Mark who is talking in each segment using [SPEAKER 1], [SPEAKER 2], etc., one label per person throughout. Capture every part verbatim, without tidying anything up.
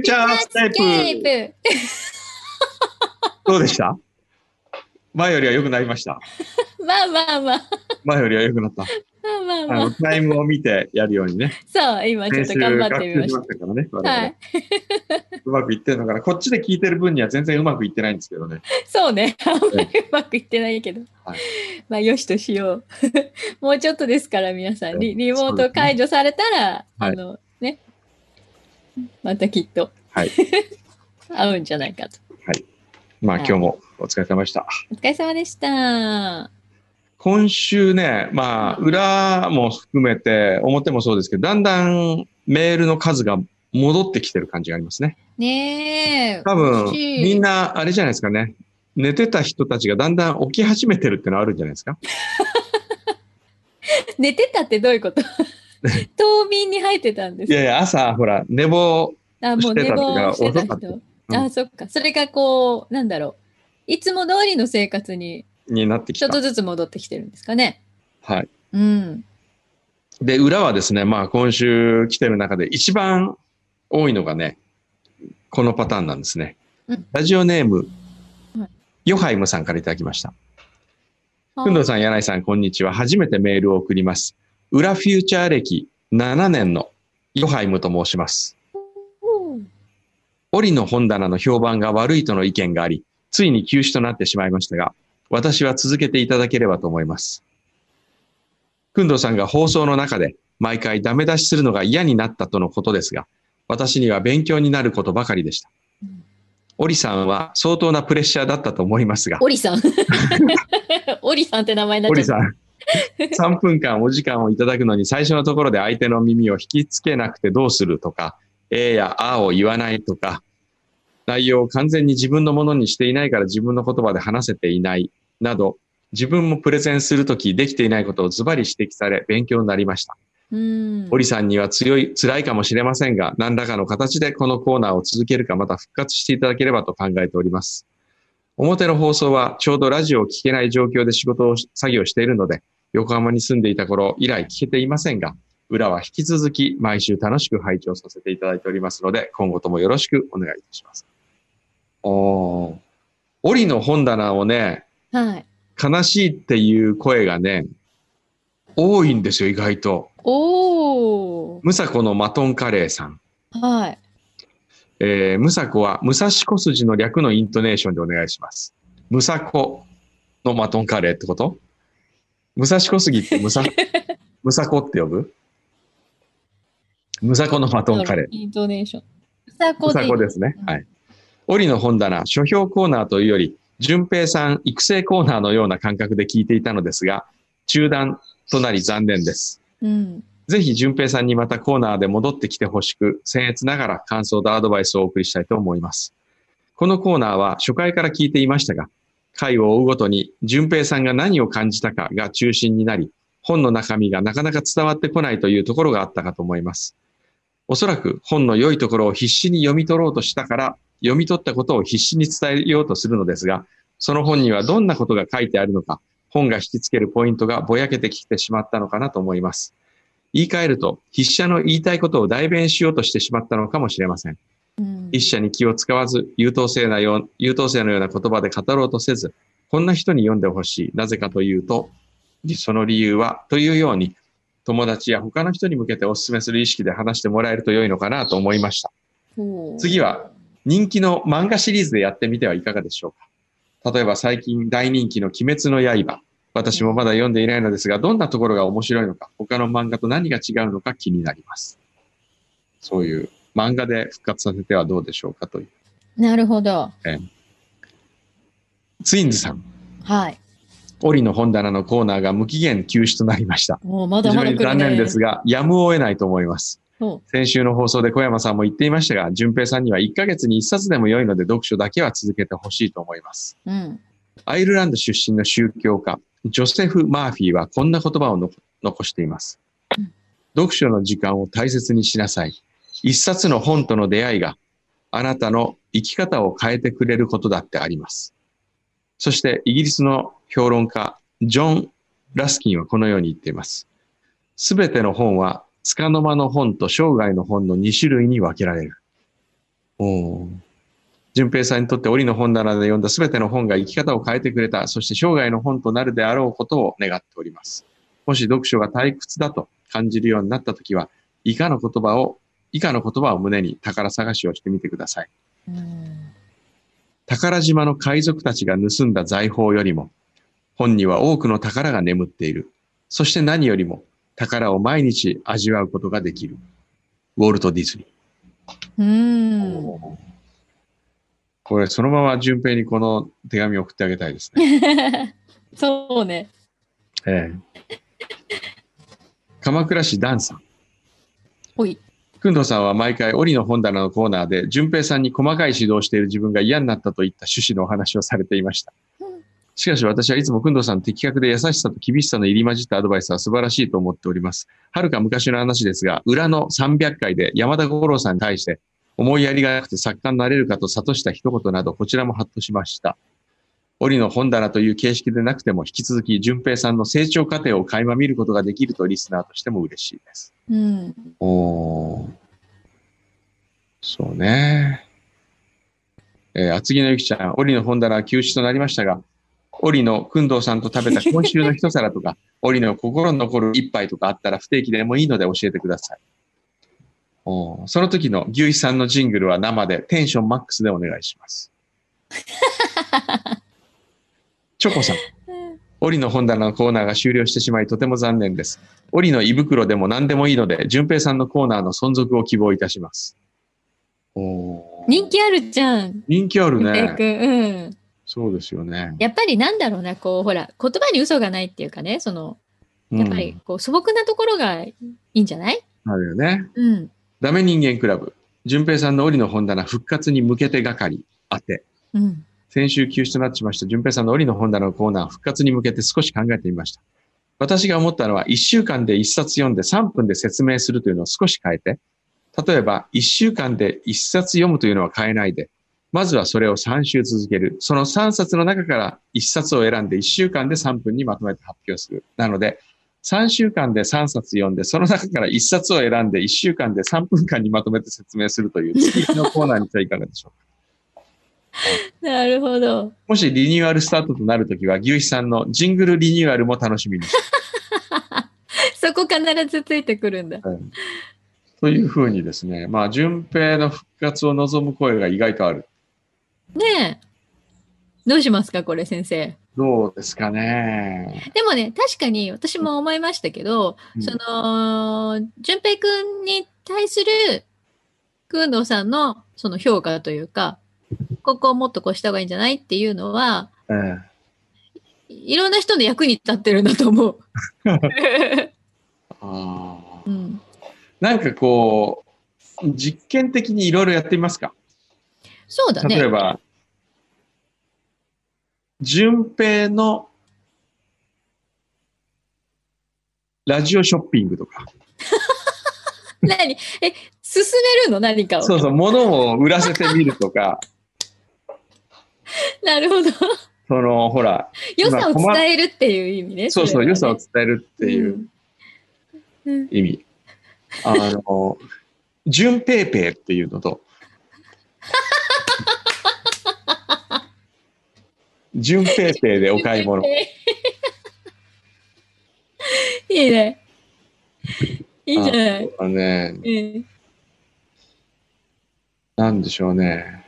[SPEAKER 1] ーチャースケープ。どうでした？前よりは良くなりました。
[SPEAKER 2] まあまあまあ。
[SPEAKER 1] 前よりは良くなった。
[SPEAKER 2] まあまあまあ。
[SPEAKER 1] あのタイムを見てやるようにね。
[SPEAKER 2] そう、今ちょっと頑張ってみました。
[SPEAKER 1] 先週学習しましたからね、我々。
[SPEAKER 2] はい。
[SPEAKER 1] うまくいってるのかな。こっちで聞いてる分には全然うまくいってないんですけどね。
[SPEAKER 2] そうね。あんまりうまくいってないけど。
[SPEAKER 1] はい、
[SPEAKER 2] まあ、よしとしよう。もうちょっとですから、皆さん。リリモート解除されたら、
[SPEAKER 1] はい、
[SPEAKER 2] あの、ね。またきっと、
[SPEAKER 1] はい、
[SPEAKER 2] 会うんじゃないかと。
[SPEAKER 1] はい。まあ、今日もお疲れ様でした。
[SPEAKER 2] お疲れ様でした。
[SPEAKER 1] 今週ね、まあ、裏も含めて、表もそうですけど、だんだんメールの数が戻ってきてる感じがありますね。
[SPEAKER 2] ねえ。
[SPEAKER 1] 多分、みんな、あれじゃないですかね。寝てた人たちがだんだん起き始めてるってのはあるんじゃないですか。
[SPEAKER 2] 寝てたってどういうこと冬眠に入ってたんですか？
[SPEAKER 1] いやいや、朝、ほら、寝坊してた時が遅かった。
[SPEAKER 2] あ、うん、あ、そっか。それがこう、なんだろう。いつも通りの生活に、
[SPEAKER 1] になってきた。
[SPEAKER 2] ちょっとずつ戻ってきてるんですかね。
[SPEAKER 1] はい。
[SPEAKER 2] うん。
[SPEAKER 1] で、裏はですね、まあ今週来てる中で一番多いのがね、このパターンなんですね。うん、ラジオネーム、はい、ヨハイムさんからいただきました。くんどうさん、柳井さん、こんにちは。初めてメールを送ります。裏フューチャー歴ななねんのヨハイムと申します。折の本棚の評判が悪いとの意見があり、ついに休止となってしまいましたが、私は続けていただければと思います。くんどうさんが放送の中で毎回ダメ出しするのが嫌になったとのことですが、私には勉強になることばかりでした。オリさんは相当なプレッシャーだったと思いますが。
[SPEAKER 2] オリさんオリさんって名前になっちゃった。
[SPEAKER 1] オリさん。さんぷんかんお時間をいただくのに最初のところで相手の耳を引きつけなくてどうするとか、えーやあーを言わないとか、内容を完全に自分のものにしていないから自分の言葉で話せていないなど、自分もプレゼンするときできていないことをズバリ指摘され勉強になりました。オリさんには強い、辛いかもしれませんが、何らかの形でこのコーナーを続けるかまた復活していただければと考えております。表の放送はちょうどラジオを聞けない状況で仕事を作業しているので、横浜に住んでいた頃以来聞けていませんが、裏は引き続き毎週楽しく拝聴させていただいておりますので、今後ともよろしくお願いいたします。おー、折の本棚をね、はい、悲しいっていう声がね、多いんですよ、意外と。おー。ムサコのマトンカレーさん。はい。えー、ムサコは武蔵小筋の略のイントネーションでお願いします。ムサコのマトンカレーってこと？武蔵小杉ってムサ、ムサコって呼ぶ？ムサコのマトンカレー。イントネーション。ムサコで。ムサコですね。はい。折の本棚、書評コーナーというより、順平さん育成コーナーのような感覚で聞いていたのですが、中断となり残念です。うん、ぜひ順平さんにまたコーナーで戻ってきてほしく、僭越ながら感想とアドバイスをお送りしたいと思います。このコーナーは初回から聞いていましたが、回を追うごとに順平さんが何を感じたかが中心になり、本の中身がなかなか伝わってこないというところがあったかと思います。おそらく本の良いところを必死に読み取ろうとしたから、読み取ったことを必死に伝えようとするのですが、その本にはどんなことが書いてあるのか、本が引きつけるポイントがぼやけてきてしまったのかなと思います。言い換えると、筆者の言いたいことを代弁しようとしてしまったのかもしれません。うん、筆者に気を使わず、優等生なよう、優等生のような言葉で語ろうとせず、こんな人に読んでほしい。なぜかというと、その理由は、というように、友達や他の人に向けてお勧めする意識で話してもらえると良いのかなと思いました。次は、人気の漫画シリーズでやってみてはいかがでしょうか。例えば最近大人気の鬼滅の刃。私もまだ読んでいないのですが、どんなところが面白いのか、他の漫画と何が違うのか気になります。そういう漫画で復活させてはどうでしょうかという。
[SPEAKER 2] なるほど。
[SPEAKER 1] えー、ツインズさん。
[SPEAKER 2] はい。
[SPEAKER 1] 折の本棚のコーナーが無期限休止となりました。
[SPEAKER 2] おまだまだ来るね。
[SPEAKER 1] 非常に残念ですが、やむを得ないと思います。先週の放送で小山さんも言っていましたが、順平さんにはいっかげつにいっさつでも良いので読書だけは続けてほしいと思います。うん、アイルランド出身の宗教家、ジョセフ・マーフィーはこんな言葉をの残しています。うん、読書の時間を大切にしなさい。一冊の本との出会いがあなたの生き方を変えてくれることだってあります。そしてイギリスの評論家、ジョン・ラスキンはこのように言っています。すべての本は束の間の本と生涯の本のに種類に分けられる。 おー。淳平さんにとって折の本棚で読んだすべての本が生き方を変えてくれた、そして生涯の本となるであろうことを願っております。もし読書が退屈だと感じるようになったときは、以下の言葉を、以下の言葉を胸に宝探しをしてみてください。
[SPEAKER 2] うん、
[SPEAKER 1] 宝島の海賊たちが盗んだ財宝よりも、本には多くの宝が眠っている。そして何よりも、宝を毎日味わうことができる。ウォルト・ディズニー。
[SPEAKER 2] うん。
[SPEAKER 1] これ、そのまま順平にこの手紙を送ってあげたいですね。
[SPEAKER 2] そうね。
[SPEAKER 1] ええ。鎌倉市ダンさん。
[SPEAKER 2] ほい。
[SPEAKER 1] くんどうさんは毎回、折の本棚のコーナーで、順平さんに細かい指導をしている自分が嫌になったといった趣旨のお話をされていました。しかし私はいつもくんどうさんの的確で優しさと厳しさの入り混じったアドバイスは素晴らしいと思っております。はるか昔の話ですが、裏のさんびゃっかいで山田五郎さんに対して、思いやりがなくて作家になれるかと諭した一言など、こちらもハッとしました。折の本棚という形式でなくても、引き続き順平さんの成長過程を垣間見ることができるとリスナーとしても嬉しいです。
[SPEAKER 2] うん。
[SPEAKER 1] おー。そうね。えー、厚木のゆきちゃん、折の本棚は休止となりましたが、折のくんどうさんと食べた今週の一皿とか、折の心に残る一杯とかあったら不定期でもいいので教えてください。おその時の牛肥さんのジングルは生でテンションマックスでお願いします。チョコさん、折の本棚のコーナーが終了してしまいとても残念です。折の胃袋でも何でもいいので、順平さんのコーナーの存続を希望いたします。お
[SPEAKER 2] 人気あるじゃん。
[SPEAKER 1] 人気あるね。
[SPEAKER 2] うん。
[SPEAKER 1] そうですよね。
[SPEAKER 2] やっぱりなんだろうな、こう、ほら、言葉に嘘がないっていうかね、その、やっぱりこう素朴なところがいいんじゃない？
[SPEAKER 1] あるよね。
[SPEAKER 2] うん。
[SPEAKER 1] ダメ人間クラブ。順平さんの折の本棚復活に向けて係当て。
[SPEAKER 2] うん。
[SPEAKER 1] 先週休止となってしました順平さんの折の本棚のコーナー復活に向けて少し考えてみました。私が思ったのは、いっしゅうかんでいっさつ読んでさんぷんで説明するというのを少し変えて、例えばいっしゅうかんでいっさつ読むというのは変えないで、まずはそれをさん週続ける。そのさんさつの中からいっさつを選んでいっしゅうかんでさんぷんにまとめて発表する。なので、さんしゅうかんでさんさつ読んで、その中からいっさつを選んでいっしゅうかんでさんぷんかんにまとめて説明するという月のコーナーにしてはいかがでしょうか。
[SPEAKER 2] なるほど。
[SPEAKER 1] もしリニューアルスタートとなるときは、牛肥さんのジングルリニューアルも楽しみにして。
[SPEAKER 2] そこ必ずついてくるんだ。
[SPEAKER 1] はい、というふうにですね、まあ、順平の復活を望む声が意外とある。
[SPEAKER 2] ねえ。どうしますか、これ、先生。
[SPEAKER 1] どうですかね。
[SPEAKER 2] でもね、確かに私も思いましたけど、うん、その、淳平くんに対する、くんどうさんのその評価というか、ここをもっとこうした方がいいんじゃないっていうのは、ええ、いろんな人の役に立ってるんだと思う。
[SPEAKER 1] あ、うん、なんかこう、実験的にいろいろやってみますか？
[SPEAKER 2] そうだね。
[SPEAKER 1] 例えば、順平のラジオショッピングとか。
[SPEAKER 2] 何？え、進めるの？何かを。
[SPEAKER 1] そうそう、物を売らせてみるとか。
[SPEAKER 2] なるほど。
[SPEAKER 1] その、ほら。
[SPEAKER 2] 良さを伝えるっていう意味ね。
[SPEAKER 1] そうそう、ね、良さを伝えるっていう意味。うんうん、あの、順平ペイっていうのと、順平ペイでお買い物。い
[SPEAKER 2] いね。いいじゃない。
[SPEAKER 1] あね、うん、なんでしょうね。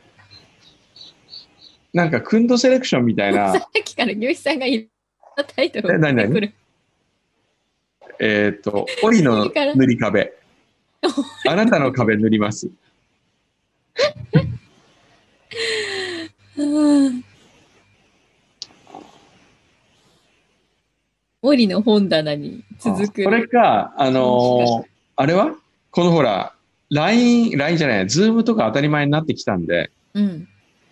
[SPEAKER 1] なんか、クンドセレクションみたいな。
[SPEAKER 2] さっきから牛肥さんがいろタイトルを言ってくる。
[SPEAKER 1] えっと、折の塗り壁。あなたの壁塗ります。
[SPEAKER 2] 折の本棚に続く。
[SPEAKER 1] これか、あのー、あれはこのほら、ライン、ライン じゃない、ズームとか当たり前になってきたんで、うん、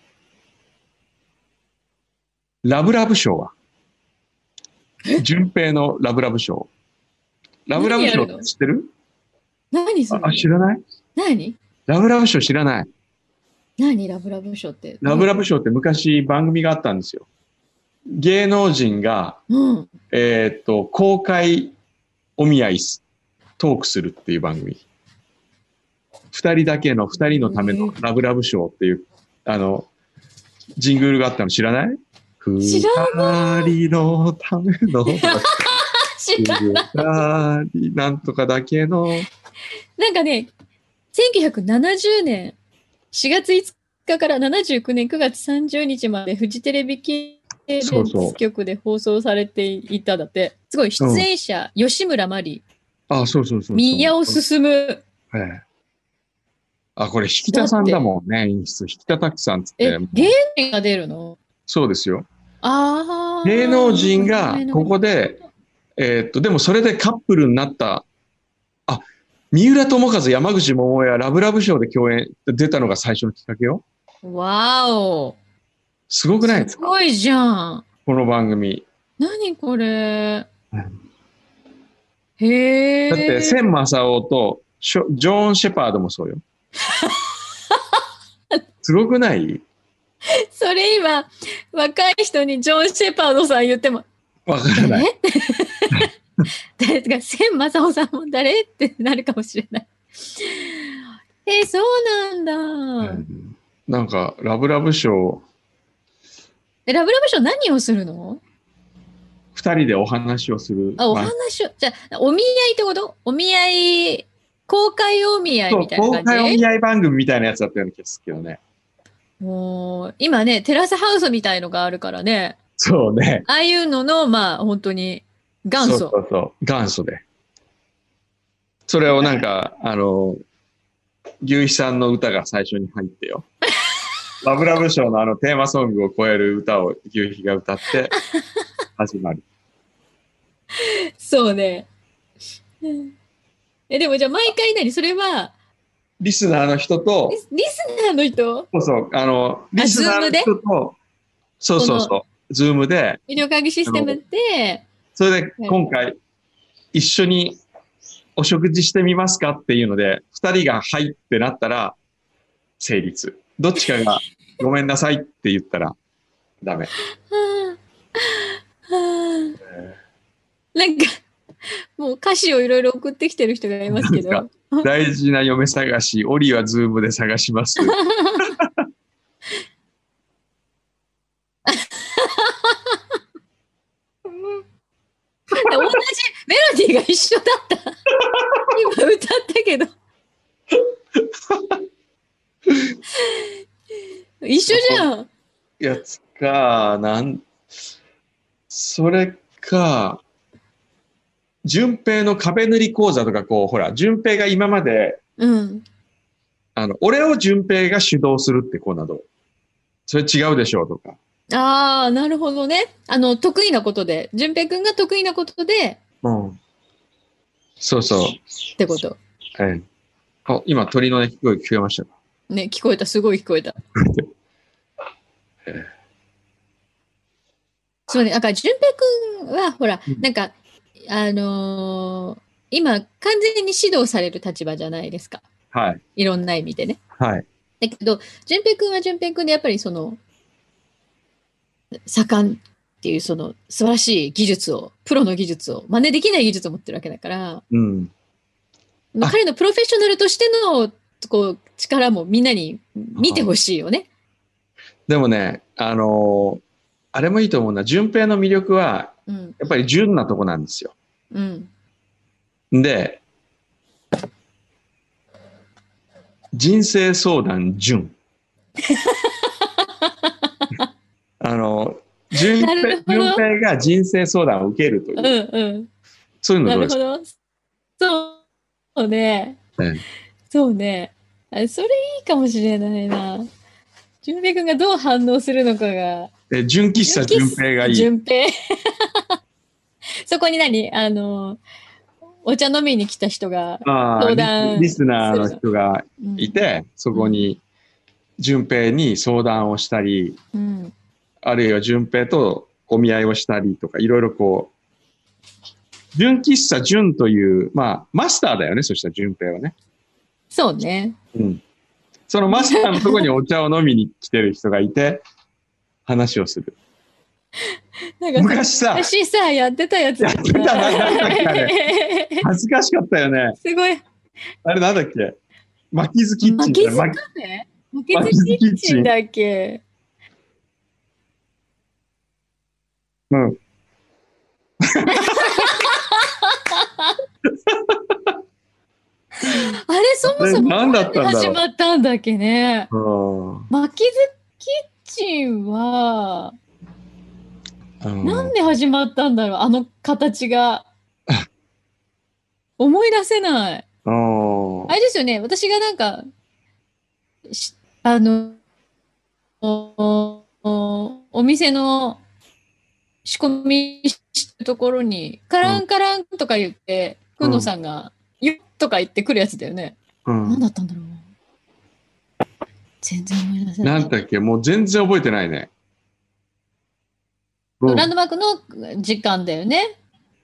[SPEAKER 1] ラブラブ賞は順平のラブラブ賞。ラブラブ賞って知ってる？
[SPEAKER 2] 何それ？
[SPEAKER 1] あ、知らない？
[SPEAKER 2] 何？
[SPEAKER 1] ラブラブ賞知らない？
[SPEAKER 2] 何ラブラブ賞って？
[SPEAKER 1] ラブラブ賞って昔番組があったんですよ。芸能人が、うん、えっと、公開お見合いトークするっていう番組。 二人だけの二人のためのラブラブショーっていう、あの、ジングルがあったの知らない？
[SPEAKER 2] 知らない。
[SPEAKER 1] 二人のための、
[SPEAKER 2] 知らない。
[SPEAKER 1] 二人なんとかだけの。
[SPEAKER 2] なんかね、せんきゅうひゃくななじゅうねんしがついつかからななじゅうきゅうねんくがつさんじゅうにちまでフジテレビ系列局で放送されていただって。すごい、出演者、うん、吉村麻里。
[SPEAKER 1] あ、そうそうそうそう。
[SPEAKER 2] 宮尾進。はい。
[SPEAKER 1] あ、これ、引田さんだもんね、演出。引田拓さんっつって。
[SPEAKER 2] え、芸能人が出るの？
[SPEAKER 1] そうですよ。
[SPEAKER 2] ああ。
[SPEAKER 1] 芸能人が、ここで、えー、っと、でもそれでカップルになった、あ、三浦友和、山口百恵、ラブラブショーで共演、出たのが最初のきっかけよ。
[SPEAKER 2] わーお。
[SPEAKER 1] すごくないですか？
[SPEAKER 2] すごいじゃん。
[SPEAKER 1] この番組。
[SPEAKER 2] 何これ。へえ。
[SPEAKER 1] だって、千正夫とジョーン・シェパードもそうよ。すごくない？
[SPEAKER 2] それ今、若い人にジョン・シェパードさん言っても、
[SPEAKER 1] わからない。
[SPEAKER 2] 誰が、千正夫さんも誰ってなるかもしれない。えー、そうなんだ、うん。
[SPEAKER 1] なんか、ラブラブショー。
[SPEAKER 2] ラブラブショー何をするの？
[SPEAKER 1] 二人でお話をする。
[SPEAKER 2] あ、お話を、じゃあ、お見合いってこと？お見合い、公開お見合いみたいな感じ？
[SPEAKER 1] 公開お見合い番組みたいなやつだったような気がするけどね。
[SPEAKER 2] もう、今ね、テラスハウスみたいのがあるからね。
[SPEAKER 1] そうね。
[SPEAKER 2] ああいうのの、まあ、本当に、元祖。
[SPEAKER 1] そうそうそう、元祖で。それをなんか、あの、牛肥さんの歌が最初に入ってよ。ラブラブショーのあのテーマソングを超える歌を牛肥が歌って始まる。
[SPEAKER 2] そうね。え、でもじゃあ毎回何？それは、
[SPEAKER 1] リスナーの人と、
[SPEAKER 2] リス、リスナーの人？
[SPEAKER 1] そうそう、あの、リスナーの人と、そうそうそう、ズームで、
[SPEAKER 2] ビデオ会議システムで、
[SPEAKER 1] それで今回、一緒にお食事してみますかっていうので、二人がはいってなったら、成立。どっちかがごめんなさいって言ったら、ダメ。はあ
[SPEAKER 2] はあ、なんか、もう歌詞をいろいろ送ってきてる人がいますけど。
[SPEAKER 1] 大事な嫁探し、オリはズームで探します。同じ
[SPEAKER 2] メロディーが一緒だった。今歌ったけど。一緒じゃん。
[SPEAKER 1] やつか、なん、それか、順平の壁塗り講座とか、こう、ほら、順平が今まで、
[SPEAKER 2] うん。
[SPEAKER 1] あの、俺を順平が主導するってコーナーどう？それ違うでしょうとか。
[SPEAKER 2] ああ、なるほどね。あの、得意なことで、順平くんが得意なことで、
[SPEAKER 1] うん。そうそう。
[SPEAKER 2] ってこと。
[SPEAKER 1] はい。あ、今、鳥の鳴き声聞こえましたか？
[SPEAKER 2] ね、聞こえた。すごい聞こえた。そうね。だから、順平くんは、ほら、なんか、あのー、今、完全に指導される立場じゃないですか。
[SPEAKER 1] はい。
[SPEAKER 2] いろんな意味でね。
[SPEAKER 1] はい。
[SPEAKER 2] だけど、順平くんは順平くんで、やっぱりその、盛んっていうその素晴らしい技術を、プロの技術を、真似できない技術を持ってるわけだから、
[SPEAKER 1] うん、
[SPEAKER 2] 彼のプロフェッショナルとしてのこう力もみんなに見てほしいよね。
[SPEAKER 1] でもね、あのー、あれもいいと思うな。順平の魅力は、うん、やっぱり純なとこなんですよ。うん、で、人生相談純。あの、順平、順平が人生相談を受けるという。うんうん、そういうのどうですか？
[SPEAKER 2] なるほど。そうね。うん、そうね。あ、それいいかもしれないな。順平くんがどう反応するのかが。
[SPEAKER 1] え、純喫茶順平がいい。
[SPEAKER 2] 順平。そこに何あの、お茶飲みに来た人が相談
[SPEAKER 1] リスナーの人がいて、うん、そこに順平に相談をしたり、うん、あるいは順平とお見合いをしたりとか、いろいろこう、純喫茶純という、まあ、マスターだよね、そしたら順平はね。
[SPEAKER 2] そうね。
[SPEAKER 1] うん。そのマスターのところにお茶を飲みに来てる人がいて、話をする。
[SPEAKER 2] なんか昔さ、昔さ、やってたやつ。
[SPEAKER 1] やってた、なんだっけ、あれ。恥ずかしかったよね。
[SPEAKER 2] すごい。
[SPEAKER 1] あれなんだっけ。 マキズキッチンじゃない。
[SPEAKER 2] マキズカフェマキズキッチンだっけ？
[SPEAKER 1] うん。
[SPEAKER 2] あれ、そもそも
[SPEAKER 1] 何だったんだろう。
[SPEAKER 2] 始まったんだっけね。
[SPEAKER 1] うん。
[SPEAKER 2] マキズキッチンは、
[SPEAKER 1] うん、
[SPEAKER 2] なんで始まったんだろう、あの形が。思い出せない。あれですよね、私がなんか、あの、お, お店の仕込みしたところに、カランカランとか言って、くんのさんが、よっとか言ってくるやつだよね。うん、何だったんだろう。全然思い出せない。
[SPEAKER 1] なんだっけ、もう全然覚えてないね。
[SPEAKER 2] ランドマークの時間だよね。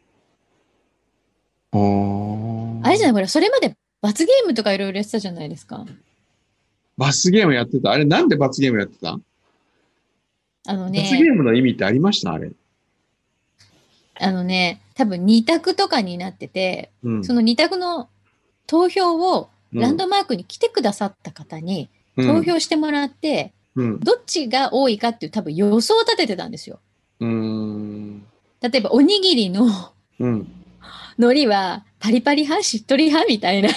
[SPEAKER 2] あれじゃない、これ、それまで罰ゲームとかいろいろやってたじゃないですか。
[SPEAKER 1] 罰ゲームやってた。あれ、なんで罰ゲームやってた？
[SPEAKER 2] あのね。
[SPEAKER 1] 罰ゲームの意味ってありました？あれ。
[SPEAKER 2] あのね、多分に択とかになってて、うん、そのに択の投票をランドマークに来てくださった方に投票してもらって、うん、どっちが多いかっていう多分予想を立ててたんですよ。うーん、例えばおにぎりの、うん、海苔はパリパリ派しっとり派みたいな。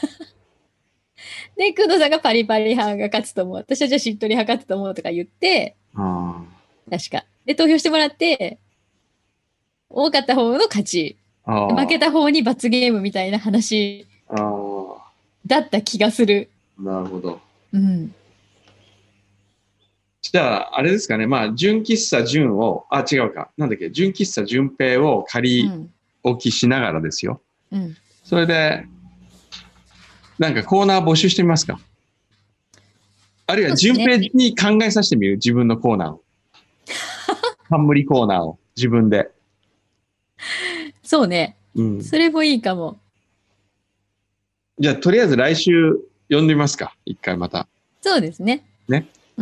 [SPEAKER 2] で、工藤さんがパリパリ派が勝つと思う。私はじゃあしっとり派勝つと思うとか言って、あ確か。で、投票してもらって、多かった方の勝ち。負けた方に罰ゲームみたいな話だった気がする。
[SPEAKER 1] なるほど。うん。じゃあ、あれですかね。まあ、純喫茶純を、あ、違うか。なんだっけ。純喫茶純平を仮置きしながらですよ。うん。それで、なんかコーナー募集してみますか？あるいは純平に考えさせてみる？自分のコーナーを。冠コーナーを自分で。そうね。うん。それもいいかも。じゃあ、とりあえず来週呼んでみますか？一回また。そうですね。ね。うん。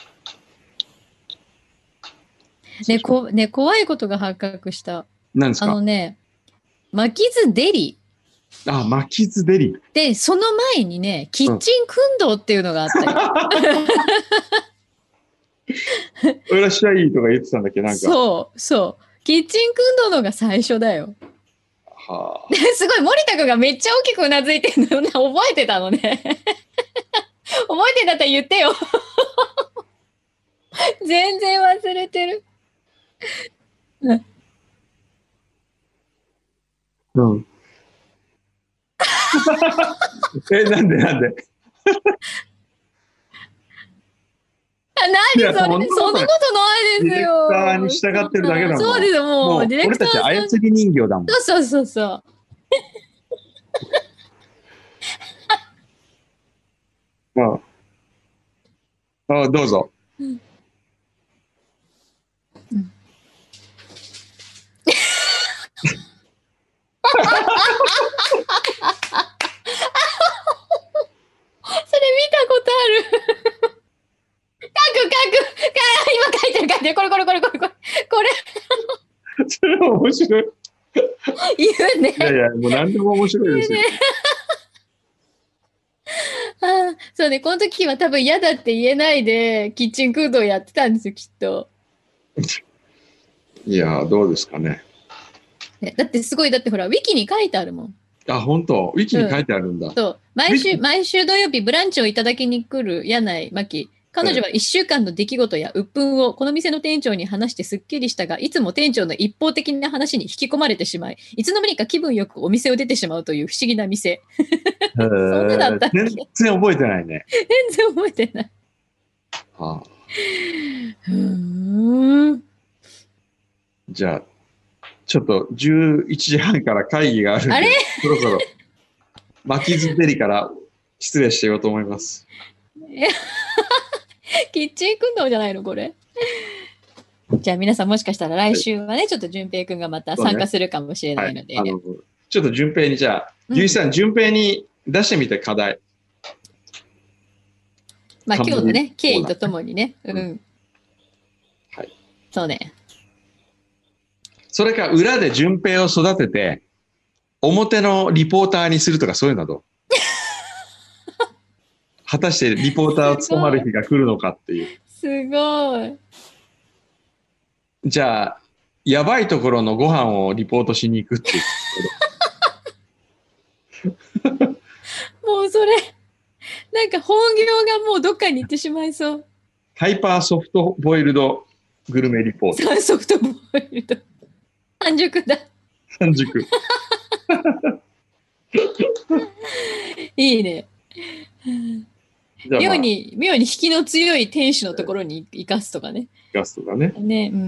[SPEAKER 1] ね、こ、ね、怖いことが発覚した。何ですか？あのね、巻きずデリ。あ、巻きずデリ。で、その前にね、キッチン訓導っていうのがあったよ。いらっしゃいとか言ってたんだっけ、なんか。そう、そう。キッチン訓導のが最初だよ。はあ、すごい、森田君がめっちゃ大きくうなずいてるの、覚えてたのね。覚えてたって言ってよ。全然忘れてる。うん。え、なんでなんで何それ、そんなことないですよ。ディレクターに従ってるだけだもん。そうですよ、もう、ディレクターさん。俺たち操り人形だもん。そうそうそうそう。ああ、ああ、どうぞ。うん。うん、それ見たことある。書く書く今書いてる書いてるこれこれこれこれこれこれそれは面白い。言うね。いやいや、もう何でも面白いですよ。ね、あそうね、この時は多分嫌だって言えないで、キッチン空洞やってたんですよ、きっと。いや、どうですかね。だってすごい、だってほら、ウィキに書いてあるもん。あ、本当ウィキに書いてあるんだ。うん、そう。毎週、毎週土曜日、ブランチをいただきに来る柳井真紀。彼女はいっしゅうかんの出来事や鬱憤をこの店の店長に話してすっきりしたが、いつも店長の一方的な話に引き込まれてしまい、いつの間にか気分よくお店を出てしまうという不思議な店。そんなだったっけ？全然覚えてないね。全然覚えてない。はあ、ふーん。じゃあ、ちょっとじゅういちじはんから会議があるんで、あれそろそろ巻きずデリから失礼してようと思います。キッチン訓導じゃないのこれ。じゃあ皆さんもしかしたら来週はね、ちょっと淳平くんがまた参加するかもしれないので。ねはい、あのちょっと淳平にじゃあ、ゆういちさん、淳平に出してみて課題。まあ今日のね、経緯とともにね。うん。はい。そうね。それか裏で淳平を育てて、表のリポーターにするとかそういうのはどう？ 果たしてリポーターを務まる日が来るのかっていう。
[SPEAKER 2] すごい。
[SPEAKER 1] じゃあ、やばいところのご飯をリポートしに行くっていう。
[SPEAKER 2] もうそれ、なんか本業がもうどっかに行ってしまいそう。
[SPEAKER 1] ハイパーソフトボイルドグルメリポート。
[SPEAKER 2] ソフトボイルド。半熟だ。
[SPEAKER 1] 半熟。
[SPEAKER 2] いいね。
[SPEAKER 1] じゃあ、まあ、
[SPEAKER 2] 妙に、妙に引きの強い店主のところに生かすとかね。
[SPEAKER 1] ガストがね。
[SPEAKER 2] ね、うん。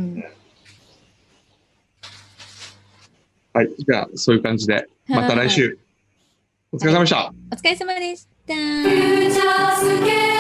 [SPEAKER 1] はい。じゃあ、そういう感じで、また来週。お疲れ様でした。
[SPEAKER 2] お疲れ様でした。